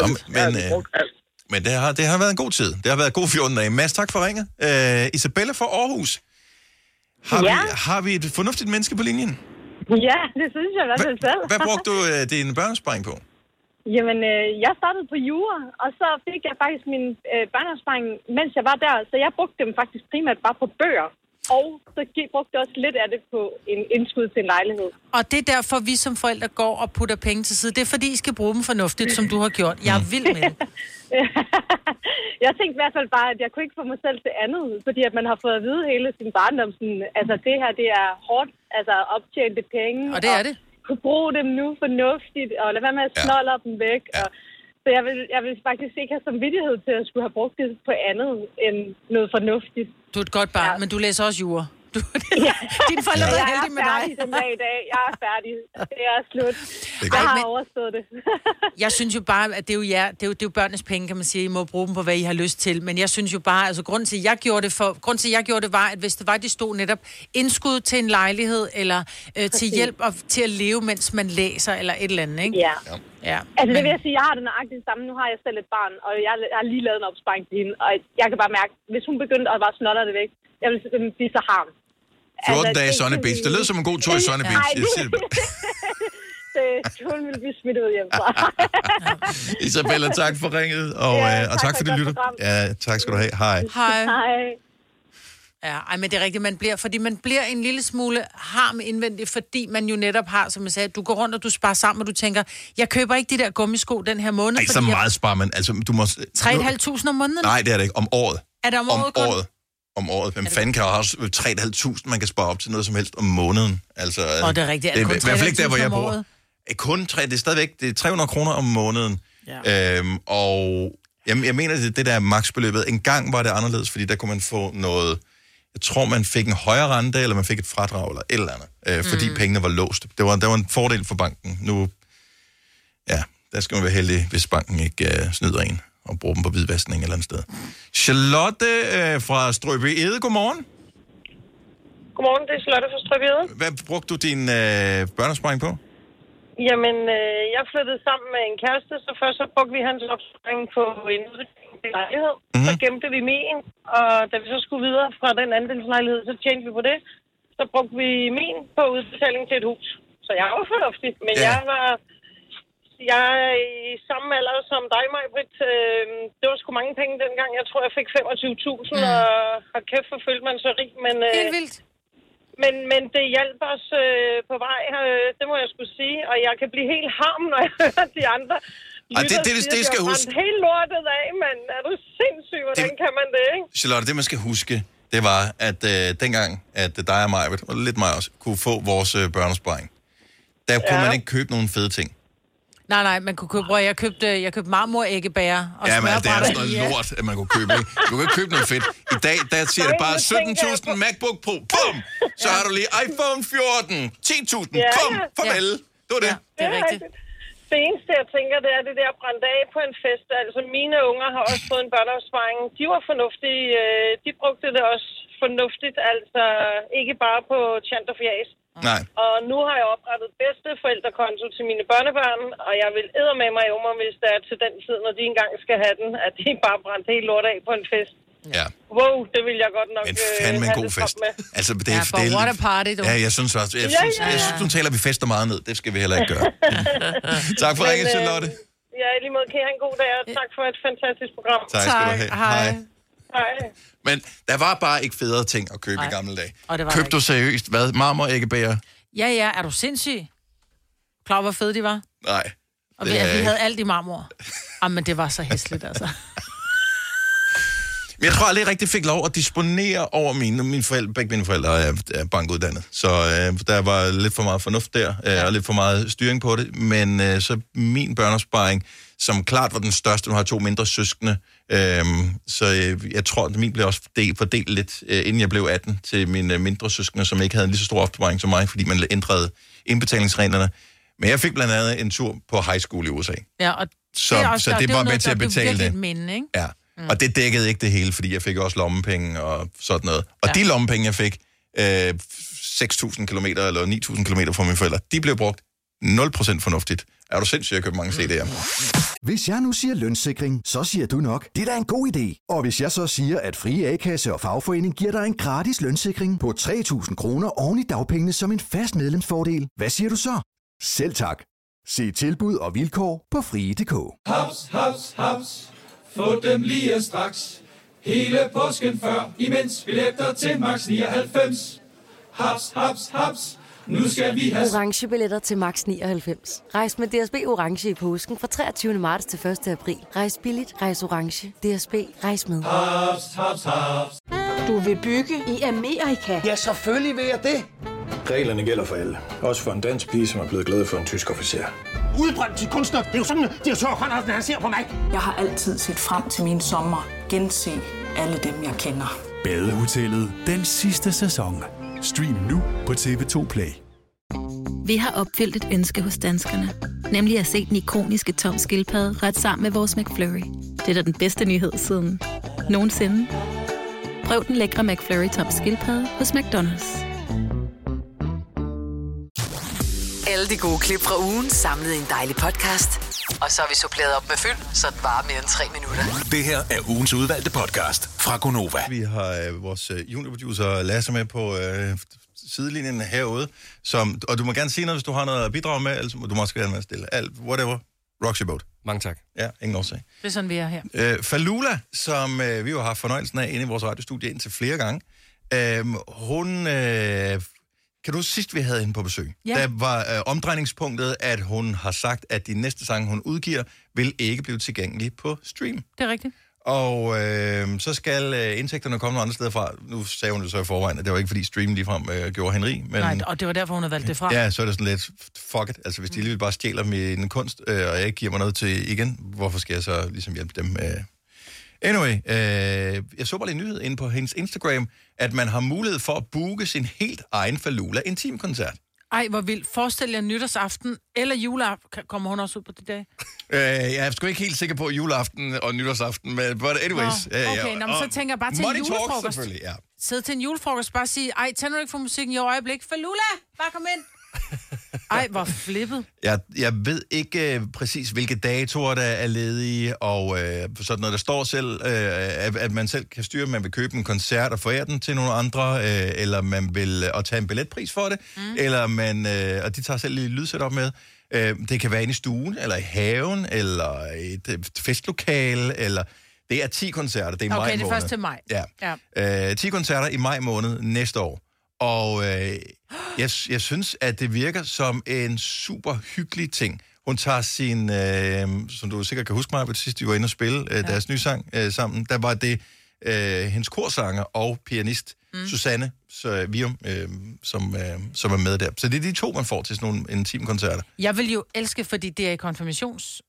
Men det har været en god tid. Det har været god 14 dage. Mads, tak for ringet. Isabella fra Aarhus. Har vi et fornuftigt menneske på linjen?
Ja, det synes jeg i hvert fald selv.
Hvad brugte du din børneopsparing på?
Jamen, jeg startede på jura, og så fik jeg faktisk min børneopsparing, mens jeg var der. Så jeg brugte dem faktisk primært bare på bøger. Og så brugte jeg også lidt af det på en indskud til en lejlighed.
Og det er derfor, vi som forældre går og putter penge til side. Det er fordi, I skal bruge dem fornuftigt, som du har gjort. Jeg er vild med det.
Jeg tænkte i hvert fald bare, at jeg kunne ikke få mig selv til andet. Fordi at man har fået at vide hele sin barndom, sådan, altså det her, det er hårdt, altså optjente penge.
Og det er det.
Kunne bruge dem nu fornuftigt, og lade være med at snolle dem væk. Ja. Og, så jeg vil faktisk ikke have samvittighed til at skulle have brugt det på andet end noget fornuftigt.
Du er et godt barn, men du læser også jura. Dine forældre er heldige med dig.
Jeg er færdig den dag i dag. Jeg er færdig. Det er slut. Jeg har overstået det.
Jeg synes jo bare, at det er jo jer, det er jo børnenes penge, kan man sige. I må bruge dem på, hvad I har lyst til. Men jeg synes jo bare, altså grunden til, at jeg gjorde det var, at hvis det var, de stod netop indskud til en lejlighed, eller til hjælp og til at leve, mens man læser, eller et eller andet, ikke?
Ja. Altså det vil jeg sige, jeg har det nøjagtigt samme. Nu har jeg selv et barn, og jeg har lige lavet en opsparing til hende. Og jeg kan bare mærke, hvis hun begyndte at bare snoller det væk, jeg vil simpelthen blive så harm.
14 dage i Sunny Beach. Det lød som en god tur i Sunny Beach.
Hun vil blive smidt ud hjemmefra.
Isabella, tak for ringet, og tak for det lytter. Ja, tak skal du have. Hej.
Ja, men det er rigtigt, man bliver en lille smule harm indvendigt, fordi man jo netop har, som jeg sagde, du går rundt, og du sparer sammen, og du tænker, jeg køber ikke de der gummisko den her måned.
Ej, så meget sparer man. Altså, du må...
3.500 om måneden?
Nej, det er det ikke. Om året.
Er det om året?
Om året. Hvem fanden kan også 3.500, man kan spare op til noget som helst om måneden? Altså,
det er rigtigt.
Det er i hvert fald ikke der, hvor jeg bor. Det er stadigvæk det er 300 kroner om måneden. Ja. Og jeg mener, det der maksbeløbet. En gang var det anderledes, fordi der kunne man få noget... Jeg tror, man fik en højere rente, eller man fik et fradrag, eller et eller andet. Fordi pengene var låst. Det var en fordel for banken. Nu, der skal man være heldig, hvis banken ikke snyder en og bruger dem på hvidvaskning eller andet sted. Charlotte fra Strøby Ede, godmorgen.
Godmorgen, det er Charlotte fra Strøby Ede.
Hvad brugte du din børneopsparing på?
Jamen, jeg flyttede sammen med en kæreste, så først så brugte vi hans opsparing på en lejlighed. Så gemte vi min, og da vi så skulle videre fra den andelslejlighed, så tjente vi på det. Så brugte vi min på udbetaling til et hus. Så jeg var fornuftig, men jeg er i samme alder som dig, Maj-Britt. Det var sgu mange penge dengang. Jeg tror, jeg fik 25.000, og har kæft for følte man så rig. Men,
helt vildt.
Men det hjalp os på vej, det må jeg skulle sige. Og jeg kan blive helt harm, når jeg hører de andre.
Det skal huske.
Helt lortet af, men er du sindssyg, hvordan kan man det, ikke?
Charlotte, det man skal huske, det var, at dengang, at dig og Maj-Britt, og lidt mig også, kunne få vores børneopsparing. Der kunne man ikke købe nogen fede ting.
Nej, man kunne købe, jeg købte marmoræggebærer og
men det er sådan noget lort, at man kunne købe, ikke? Du kan ikke købe noget fedt. I dag, der siger det bare 17.000 MacBook Pro, bum! Så har du lige iPhone 14, 10.000, bum! Farvel! Det var det.
Det er rigtigt. Det eneste, jeg tænker, det er det der brændt af på en fest. Altså, mine unger har også fået en børneopsparing. De var fornuftige. De brugte det også fornuftigt, altså ikke bare på tjant og fjæs.
Nej.
Og nu har jeg oprettet bedste forældrekonto til mine børnebørn, og jeg vil eddermame mig i mig, hvis det er til den tid, når de engang skal have den, at de bare brændte helt lort af på en fest.
Ja.
Wow, det vil jeg godt nok
men fandme en god fest. Altså, det er
what a party, du.
Ja, jeg synes også. Jeg synes, nu taler vi fester meget ned. Det skal vi heller ikke gøre. Tak for ringen, Charlotte.
Ja, i lige måde kan I have en god dag, og tak for et fantastisk program.
Tak skal du have. Hej.
Nej.
Men der var bare ikke federe ting at købe i gamle dage.
Og det var
Købte du seriøst, hvad? Marmoræggebæger?
Ja, er du sindssyg? Klar, hvor fede de var?
Nej.
Og vi havde alt i marmor. Men det var så hæsligt, altså.
Men jeg tror aldrig, jeg rigtig fik lov at disponere over begge mine forældre er bankuddannet. Så der var lidt for meget fornuft der, og lidt for meget styring på det. Men så min børneopsparing, som klart var den største, nu har 2 mindre søskende, så jeg tror, at min blev også fordelt lidt, inden jeg blev 18, til mine mindre søskende, som ikke havde en lige så stor opsparing som mig, fordi man ændrede indbetalingsreglerne. Men jeg fik blandt andet en tur på high school i USA.
Ja, og
så det var med til at betale det.
Minde, ikke?
Ja. Og det dækkede ikke det hele, fordi jeg fik også lommepenge og sådan noget. Og de lommepenge, jeg fik, 6.000 kilometer eller 9.000 kilometer fra mine forældre, de blev brugt 0% fornuftigt. Er du sindssygt, at købe mange CD'er?
Hvis jeg nu siger lønssikring, så siger du nok, det er da en god idé. Og hvis jeg så siger, at Frie A-kasse og fagforening giver dig en gratis lønssikring på 3.000 kroner oven i dagpengene som en fast medlemsfordel, hvad siger du så? Selv tak. Se tilbud og vilkår på frie.dk.
Haps, haps, haps. Få dem lige straks. Hele påsken før, imens billetter til max 99. Haps, haps, haps. Nu skal vi have
orange billetter til max 99. Rejs med DSB orange i påsken fra 23. marts til 1. april. Rejs billigt, rejs orange. DSB, rejs med.
haps, haps, haps.
Du vil bygge i Amerika?
Ja, selvfølgelig vil jeg det.
Reglerne gælder for alle. Også for en dansk pige, som er blevet glad for en tysk officer.
Udbrændt til kunstner. Det er jo sådan, at direktør Conradsen, han ser på mig.
Jeg har altid set frem til min sommer. Gense alle dem, jeg kender.
Badehotellet den sidste sæson. Stream nu på TV2 Play.
Vi har opfyldt et ønske hos danskerne. Nemlig at se den ikoniske Tom Skildpadde ret sammen med vores McFlurry. Det er da den bedste nyhed siden nogensinde. Prøv den lækre McFlurry Tom Skildpadde hos McDonald's.
Alle de gode klip fra ugen samlet i en dejlig podcast. Og så har vi suppleret op med fyld, så det varer mere end 3 minutter.
Det her er ugens udvalgte podcast fra Gonova.
Vi har vores juniorproducer Lasse med på sidelinjen herude. Og du må gerne sige noget, hvis du har noget at bidrage med, eller du må også gerne være stille. Alt, whatever. Rocks your boat.
Mange tak.
Ja, ingen årsag.
Det er sådan, vi er her.
Falula, som vi jo har haft fornøjelsen af inde i vores radiostudie indtil flere gange, hun... Kan du sidst, vi havde hende på besøg?
Ja.
Der var omdrejningspunktet, at hun har sagt, at de næste sange, hun udgiver, vil ikke blive tilgængelige på stream.
Det er rigtigt.
Og så skal indtægterne komme nogle andre steder fra. Nu sagde hun det så i forvejen, at det var ikke fordi stream ligefrem gjorde hende rig. Men...
Nej, og det var derfor, hun havde valgt det fra.
Ja, så er det sådan lidt, fuck it. Altså hvis de lige bare stjæler min kunst, og jeg ikke giver mig noget til igen, hvorfor skal jeg så ligesom hjælpe dem? Anyway, jeg så bare lige en nyhed inde på hendes Instagram, at man har mulighed for at booke sin helt egen Falula intimkoncert.
Ej, hvor vildt. Forestil jer nytårsaften eller juleaften. Kommer hun også ud på de dage?
Jeg er sgu ikke helt sikker på juleaften og nytårsaften, men but anyways.
Okay, men så tænker jeg bare til en julefrokost.
Selvfølgelig, ja.
Sidde til en julefrokost, bare sige, ej, tænder du ikke for musikken i øjeblik? Falula, bare kom ind. Ej, hvor flippet.
Jeg ved ikke præcis, hvilke datoer, der er ledige, og sådan noget, der står selv, at man selv kan styre, man vil købe en koncert og forære den til nogle andre, eller man vil tage en billetpris for det, eller man, og de tager selv lige lydsæt op med. Det kan være inde i stuen, eller i haven, eller et festlokale, eller... Det er 10 koncerter, det er i maj måned.
Okay, det er først til maj.
Ja. 10 koncerter i maj måned næste år. Og jeg synes, at det virker som en super hyggelig ting. Hun tager sin, som du sikkert kan huske mig, sidst de var inde og spille deres nye sang sammen, der var det hendes korsanger og pianist Susanne Vium, som er med der. Så det er de 2, man får til sådan nogle intime koncerter. Jeg
vil jo elske, fordi det er i konfirmations...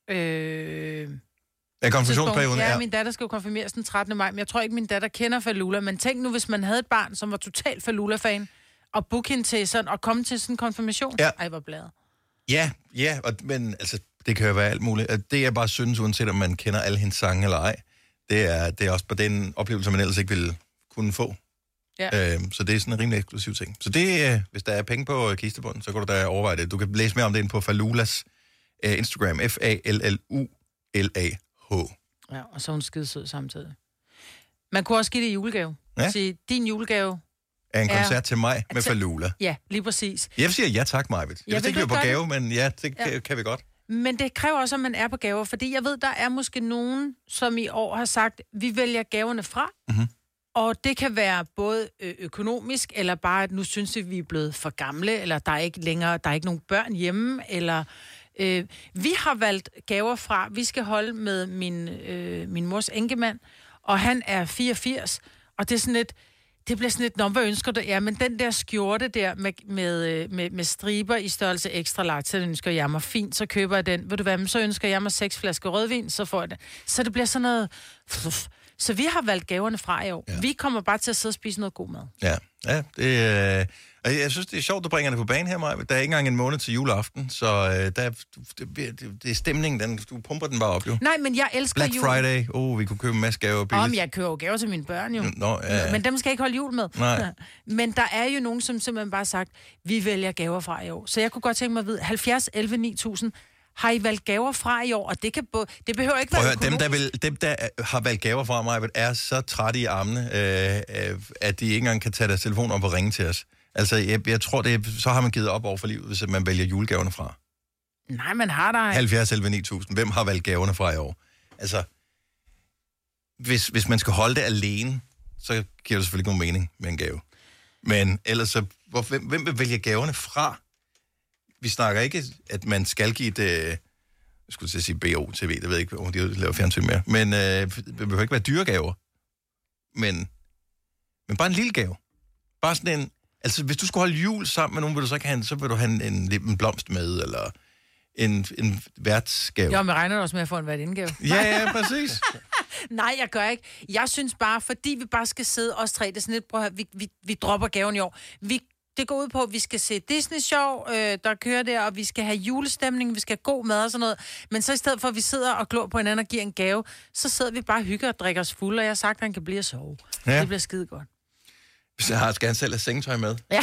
Ja, konfirmationsperioden,
ja. Min datter skal jo konfirmeres den 13. maj, men jeg tror ikke, min datter kender Falula. Men tænk nu, hvis man havde et barn, som var total Falula-fan, og booke hende til sådan, og komme til sådan en konfirmation.
Ja.
Ej, hvor bladet.
Ja, men altså, det kan jo være alt muligt. Det jeg bare synes, uanset om man kender alle hendes sange eller ej, det er også på den oplevelse, man ellers ikke ville kunne få. Ja. Så det er sådan en rimelig eksklusiv ting. Så det, hvis der er penge på kistebunden, så kan du da overveje det. Du kan læse mere om det inde på Falulas Instagram, Fallulah.
Ja, og så er hun skidesød samtidig. Man kunne også give det i julegave. Ja. Sige, din julegave
er en koncert til mig med Falula.
Ja, lige præcis.
Jeg siger ja tak, Majbet. Jeg vidste ikke, vi var på gave, men ja, det kan vi godt.
Men det kræver også, at man er på gaver, fordi jeg ved, der er måske nogen, som i år har sagt, vi vælger gaverne fra, og det kan være både økonomisk, eller bare, at nu synes vi er blevet for gamle, eller der er ikke nogen børn hjemme, eller vi har valgt gaver fra. Vi skal holde med min mors enkemand, og han er 84, og det er sådan lidt, det bliver sådan lidt, hvad ønsker du? Ja, men den der skjorte der med striber i størrelse ekstra large, så ønsker jeg mig fint, så køber jeg den. Ved du hvad, så ønsker jeg mig 6 flasker rødvin, så får jeg det. Så det bliver sådan noget... Så vi har valgt gaverne fra i år. Ja. Vi kommer bare til at sidde og spise noget god mad.
Ja, jeg synes, det er sjovt, du bringer det på banen her, Maja. Der er ikke engang en måned til juleaften, så det er stemningen, du pumper den bare op, jo.
Nej, men jeg elsker
Black Friday, vi kunne købe en masse gaver billigt.
Jeg køber gaver til mine børn, jo.
Ja.
Men dem skal jeg ikke holde jul med.
Nej.
Men der er jo nogen, som simpelthen bare har sagt, vi vælger gaver fra i år. Så jeg kunne godt tænke mig at vide, 70, 11, 9000, har I valgt gaver fra i år? Og det behøver ikke være økonomisk.
Dem, der har valgt gaver fra mig, er så trætte i armene, at de ikke engang kan tage deres telefon op og ringe til os. Altså, jeg tror, så har man givet op over for livet, hvis man vælger julegaverne fra.
Nej, man har der...
70, 11, 9000. Hvem har valgt gaverne fra i år? Altså, hvis man skal holde det alene, så giver det selvfølgelig ikke nogen mening med en gave. Men ellers så... Hvem vil vælge gaverne fra? Vi snakker ikke, at man skal give det, jeg skulle til at sige BO-TV, det ved jeg ikke, om de laver fjernsyn mere, men det behøver ikke være dyre gaver. Men bare en lille gave. Bare sådan en, altså hvis du skulle holde jul sammen med nogen, vil du så ikke have, så vil du have en blomst med, eller en værtsgave.
Jo, men regner du også med at få en værtindgave?
Ja, præcis.
Nej, jeg gør ikke. Jeg synes bare, fordi vi bare skal sidde os tre, det er sådan lidt, prøv at høre, vi dropper gaven i år. Det går ud på, at vi skal se Disney-show, der kører der, og vi skal have julestemning, vi skal have god mad og sådan noget. Men så i stedet for, at vi sidder og glor på hinanden og giver en gave, så sidder vi bare og hygger og drikker os fulde, og jeg har sagt, at han kan blive at sove. Ja. Det bliver skide godt.
Hvis jeg skal han selv have sengetøj med?
Ja.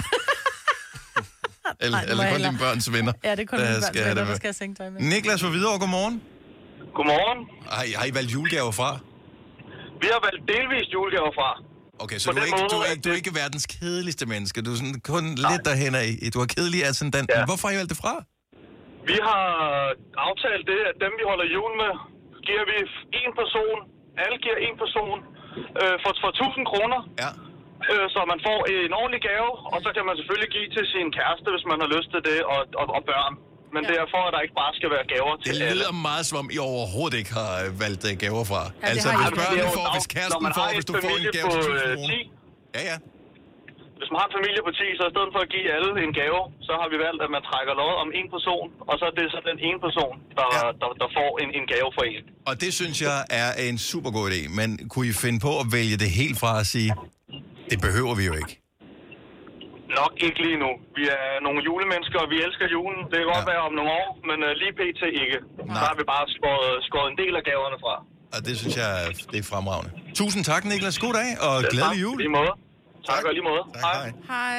eller kun dine børns venner?
Ja, det er kun dine børns venner, der skal have sengetøj med.
Niklas fra Hvidovre, godmorgen.
Godmorgen.
Har I valgt julegaver fra?
Vi har valgt delvist julegaver fra.
Okay, så du er ikke verdens kedeligste menneske. Du er sådan kun lidt derhen af. Du er kedelig af sådan den. Ja. Hvorfor har I valgt det fra?
Vi har aftalt det, at dem vi holder jul med, giver vi en person. Alle giver en person for 1000 kroner.
Ja.
Så man får en ordentlig gave, og så kan man selvfølgelig give til sin kæreste, hvis man har lyst til det, og børn. Men det er for, at der ikke bare skal være gaver til alle.
Det lyder meget som om, I overhovedet ikke har valgt gaver fra. Ja, altså, hvis børnene får, hvis kæresten får, hvis du får en gave til 1000 kroner. Ja.
Hvis man har en familie på 10, så i stedet for at give alle en gave, så har vi valgt, at man trækker lod om en person, og så er det så den ene person, der får en gave for en.
Og det synes jeg er en super god idé. Men kunne I finde på at vælge det helt fra at sige, det behøver vi jo ikke?
Nok ikke lige nu. Vi er nogle julemennesker, og vi elsker julen. Det kan godt være om nogle år, men lige pt. ikke. Så har vi bare skåret en del af gaverne fra.
Og det synes jeg, det er fremragende. Tusind tak, Niklas. God dag, og glædelig jul.
Lige måde. Tak, og lige måde.
Hej.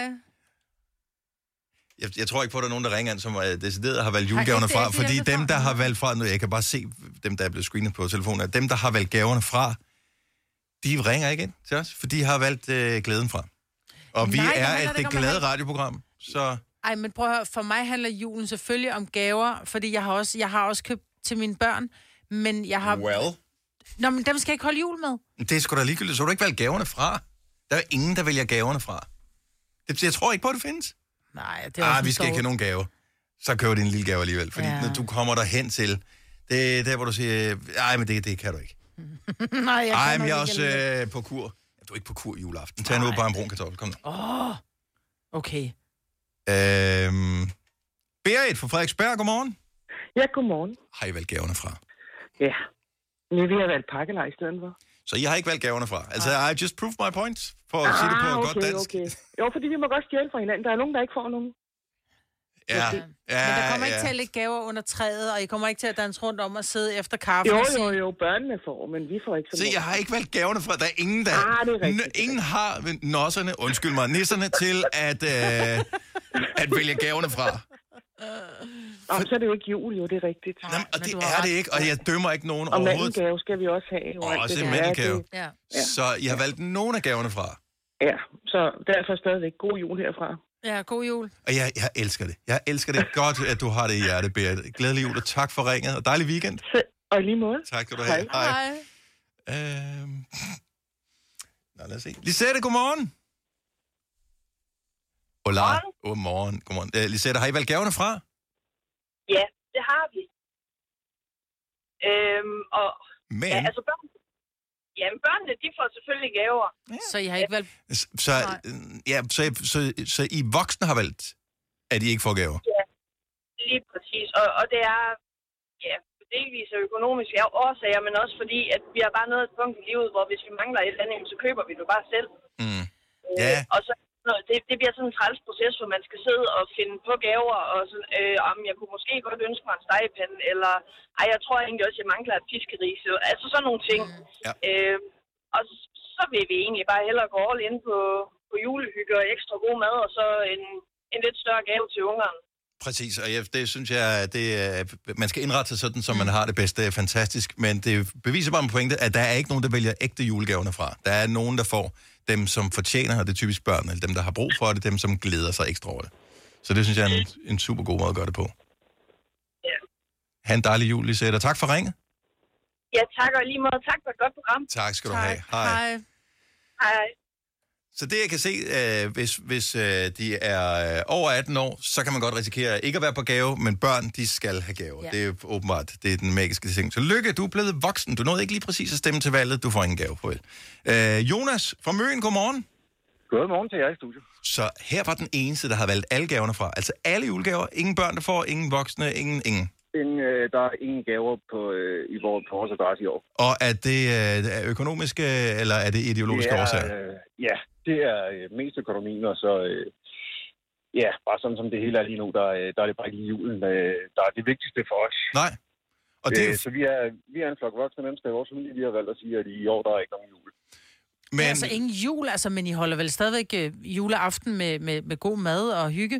Jeg tror ikke på, at der er nogen, der ringer ind, som decideret har valgt julegaverne fra, fordi dem, der har valgt fra, nu jeg kan bare se dem, der er blevet screenet på telefonen, at dem, der har valgt gaverne fra, de ringer ikke ind til os, for de har valgt glæden fra. Og vi er det glade radioprogram, så...
Ej, men prøv at høre, for mig handler julen selvfølgelig om gaver, fordi jeg har også købt til mine børn, men jeg har... Nå, men dem skal jeg ikke holde jul med.
Det er sgu da ligegyldigt, så har du ikke valgt gaverne fra. Der er ingen, der vælger gaverne fra. Jeg tror ikke på, at det findes.
Nej, det er
vi skal ikke have nogen gaver. Så køber din lille gave alligevel, fordi når du kommer der hen til, det er der, hvor du siger, ej, men det kan du ikke.
Nej,
men jeg er også på kur. Du er ikke på kur juleaften. Tag nu bare en brun kartoffel. Kom nu.
Okay.
Berit fra Frederiksberg, godmorgen.
Ja, godmorgen.
Har I valgt gaverne fra?
Ja. Vi har valgt pakkelej i stedet for.
Så I har ikke valgt gaverne fra? Altså, I just proved my point, for at sige det på godt dansk.
Okay. Jo, fordi vi må godt stjæle fra hinanden. Der er nogen, der ikke får nogen.
Ja.
Men der kommer ikke til at lægge gaver under træet, og I kommer ikke til at danse rundt om at sidde efter kaffe.
Jo, børnene får, men vi får ikke så
meget. Se, jeg har ikke valgt gaverne fra. Der er ingen, der... Ingen har nosserne, undskyld mig, nisserne til at vælge gaverne fra.
Så er det jo ikke jul, jo, det er rigtigt.
Jamen, og det er det ikke, og jeg dømmer ikke nogen
overhovedet. Og mandelgave skal vi også have.
Også en mandelgave. Ja. Så I har valgt nogen af gaverne fra?
Ja, så derfor stadigvæk god jul herfra.
Ja, god jul.
Og jeg elsker det. Jeg elsker det godt, at du har det i hjertet, Berit. Glædelig jul, og tak for ringet, og dejlig weekend.
Og lige måde.
Tak skal du have. Hej. Lad os se. Lisette, godmorgen. Hola. Godmorgen. Lisette, har I valgt gaverne fra?
Ja, det har vi.
Men?
Ja, altså børnene, de får selvfølgelig gaver.
Ja. Så I har ikke valgt...
Så I voksne har valgt, at I ikke får gaver?
Ja, lige præcis. Og det er delvis økonomisk årsager, men også fordi, at vi har bare nået et punkt i livet, hvor hvis vi mangler et eller andet, så køber vi det bare selv. Og så det bliver sådan en træls proces, hvor man skal sidde og finde på gaver, og sådan, jeg kunne måske godt ønske mig en stegepande, eller jeg tror egentlig også, jeg mangler et fiskeris, altså sådan nogle ting. Og så vil vi egentlig bare hellere gå all in på julehygge og ekstra god mad, og så en lidt større gave til ungerne.
Præcis, og det synes jeg, man skal indrette sig sådan, så man har det bedste. Det er fantastisk, men det beviser bare en pointe, at der er ikke nogen, der vælger ægte julegaverne fra. Der er nogen, der får dem, som fortjener, og det er typisk børn, eller dem, der har brug for det, dem, som glæder sig ekstra over det. Så det synes jeg er en super god måde at gøre det på.
Ja.
Ha' en dejlig jul, Lisette, og tak for ringet.
Ja, tak, og lige måde. Tak for et godt program.
Tak skal du have. Hej.
Hej.
Så det, jeg kan se, hvis de er over 18 år, så kan man godt risikere ikke at være på gave, men børn, de skal have gaver. Ja. Det er åbenbart, det er den magiske ting. Så Lykke, du er blevet voksen. Du nåede ikke lige præcis at stemme til valget. Du får ingen gave på vel. Jonas fra Møn, godmorgen.
Godmorgen til jer i studiet.
Så her var den eneste, der har valgt alle gaverne fra. Altså alle julegaver. Ingen børn, der får. Ingen voksne. Ingen.
Der er ingen gaver på vores adresse i år.
Og er det økonomiske, eller er det ideologiske årsager?
Ja, det er mest økonomien, og så bare sådan som det hele er lige nu, der er det bare ikke lige julen, der er det vigtigste for os.
Nej. Og det...
Så vi er en flok voksne mennesker i vores familie, vi har valgt at sige, at i år der er ikke nogen jul.
Men... Ja, altså ingen jul, men I holder vel stadigvæk juleaften med god mad og hygge?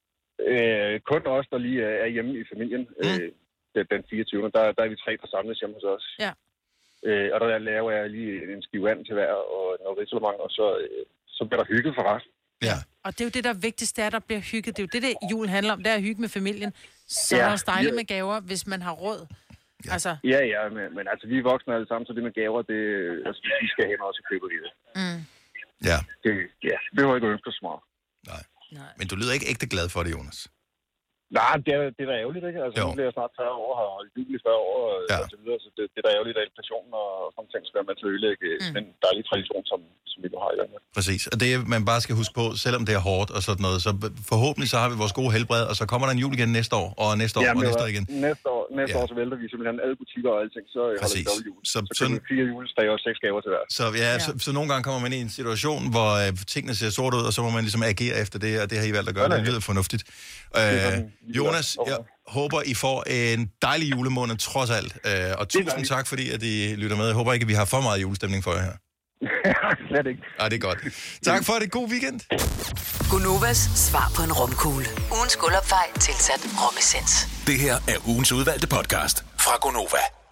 Kun os, der lige er hjemme i familien, den 24. Der er vi 3, der samles hjemme hos os.
Ja.
Og der laver jeg lige en skive vand til hver, og noget risalemang, og så bliver der hygget for resten.
Ja.
Og det er jo det, der vigtigste er, der bliver hygget. Det er jo det, jul handler om, det er at hygge med familien. Så er det også dejligt med gaver, hvis man har råd.
Ja,
altså.
Men altså, vi er voksne alle sammen, så det med gaver, vi skal hen og så køber vi det.
Ja.
Det behøver ikke at ønske så meget.
Nej. Men du lyder ikke ægte glad for det, Jonas.
Nej, det er da ærgerligt, ikke? Altså, nu bliver jeg snart 40 år, har holdt jul i 40 år, og så videre, så det er da ærgerligt, at inflation og sådan ting skal være med til at ødelægge den dejlige tradition, som vi nu har i landet.
Præcis, og det man bare skal huske på, selvom det er hårdt og sådan noget, så forhåbentlig så har vi vores gode helbred, og så kommer der en jul igen næste år, og næste år, og næste år igen.
Næste år så vælter vi simpelthen alle butikker og alting, så holder vi dobbelt jul. Så kan vi 4 julestreg og 6 gaver til hver.
Så nogle gange kommer man i en situation, hvor tingene ser sort ud, og så må man ligesom agere efter det, og det har I valgt at gøre. Det lyder fornuftigt. Jonas, jeg håber, I får en dejlig julemåned trods alt. Og tusind tak, fordi at I lytter med. Jeg håber ikke, at vi har for meget julestemning for jer her.
Slet ikke.
Det er godt. Tak for det. God weekend.
Gonovas svar på en romkugle. Ugens guldopfej tilsat romessens.
Det her er ugens udvalgte podcast fra Gonova.